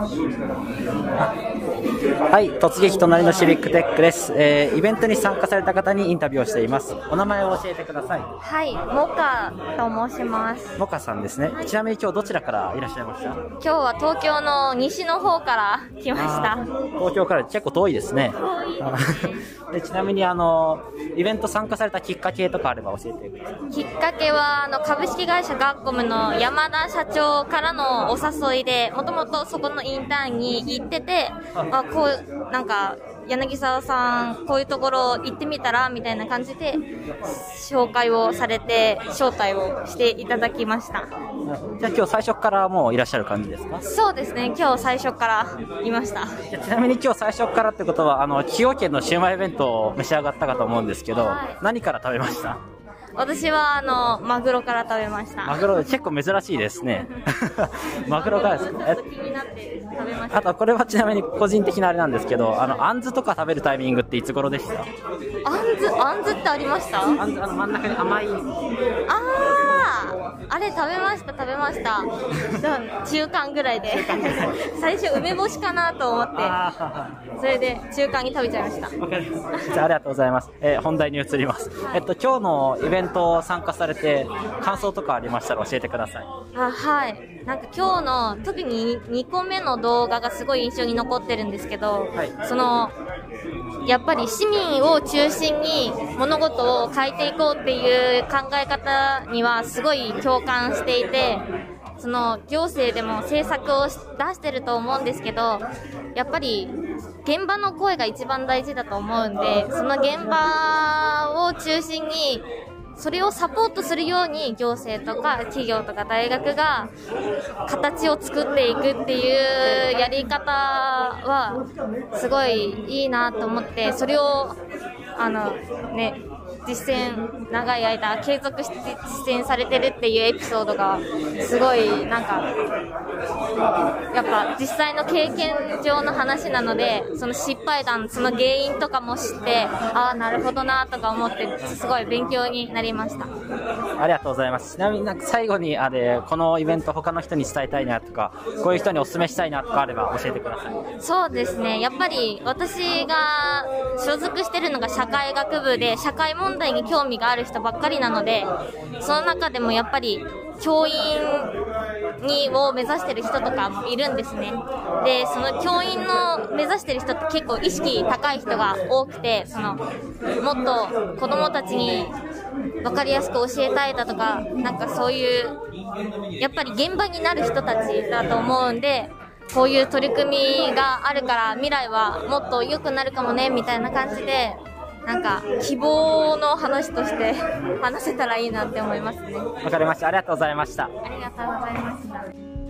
はい、突撃隣のシビックテックです。イベントに参加された方にインタビューをしています。お名前を教えてください。 はい、モカと申します。 モカさんですね。ちなみに今日どちらからいらっしゃいました？ 今日は東京の西の方から来ました。 東京から結構遠いですね。 遠いですね。 でちなみにイベント参加されたきっかけとかあれば教えてください。 きっかけは株式会社ガッコムの山田社長からのお誘いで、もともとそこのインターンに行ってて、こうなんか柳沢さんこういうところ行ってみたらみたいな感じで紹介をされて招待をしていただきました。 じゃあ今日最初からもういらっしゃる感じですか？ そうですね、今日最初からいました。 ちなみに今日最初からってことは崎陽軒のシウマイ弁当を召し上がったかと思うんですけど、 はい、 何から食べました？ 私はマグロから食べました。 マグロ結構珍しいですね。マグロからですか？ 気になって食べました。 あとこれはちなみに個人的なあれなんですけど、あんずとか食べるタイミングっていつ頃でした？ あんずってありました？ あんず真ん中に甘い。 あれ食べました。中間ぐらいで最初梅干しかなと思って、それで中間に食べちゃいました。 じゃあありがとうございます。本題に移ります。 はい、 今日のイベント参加されて感想とかありましたら教えてください。 はい。なんか今日の特に2個目の動画がすごい印象に残ってるんですけど、はい、やっぱり市民を中心に物事を変えていこうっていう考え方にはすごい共感していて、行政でも政策を出してると思うんですけど、やっぱり現場の声が一番大事だと思うんで、その現場を中心にそれをサポートするように行政とか企業とか大学が形を作っていくっていうやり方はすごいいいなと思って、それを実践長い間継続して実践されてるっていうエピソードがすごいなんかやっぱ実際の経験上の話なので、その失敗談、その原因とかも知って、なるほどなとか思ってすごい勉強になりました。 ありがとうございます。ちなみに最後にこのイベント他の人に伝えたいなとか、こういう人にお勧めしたいなとかあれば教えてください。 そうですね、やっぱり私が所属してるのが社会学部で、社会問題に興味がある人ばっかりなので、その中でもやっぱり教員を目指してる人とかもいるんですね。で、その教員の目指してる人って結構意識高い人が多くて、もっと子供たちに分かりやすく教えたいだとか、なんかそういうやっぱり現場になる人たちだと思うんで、こういう取り組みがあるから未来はもっと良くなるかもねみたいな感じで、なんか希望の話として話せたらいいなって思いますね。 わかりました。ありがとうございました。 ありがとうございました。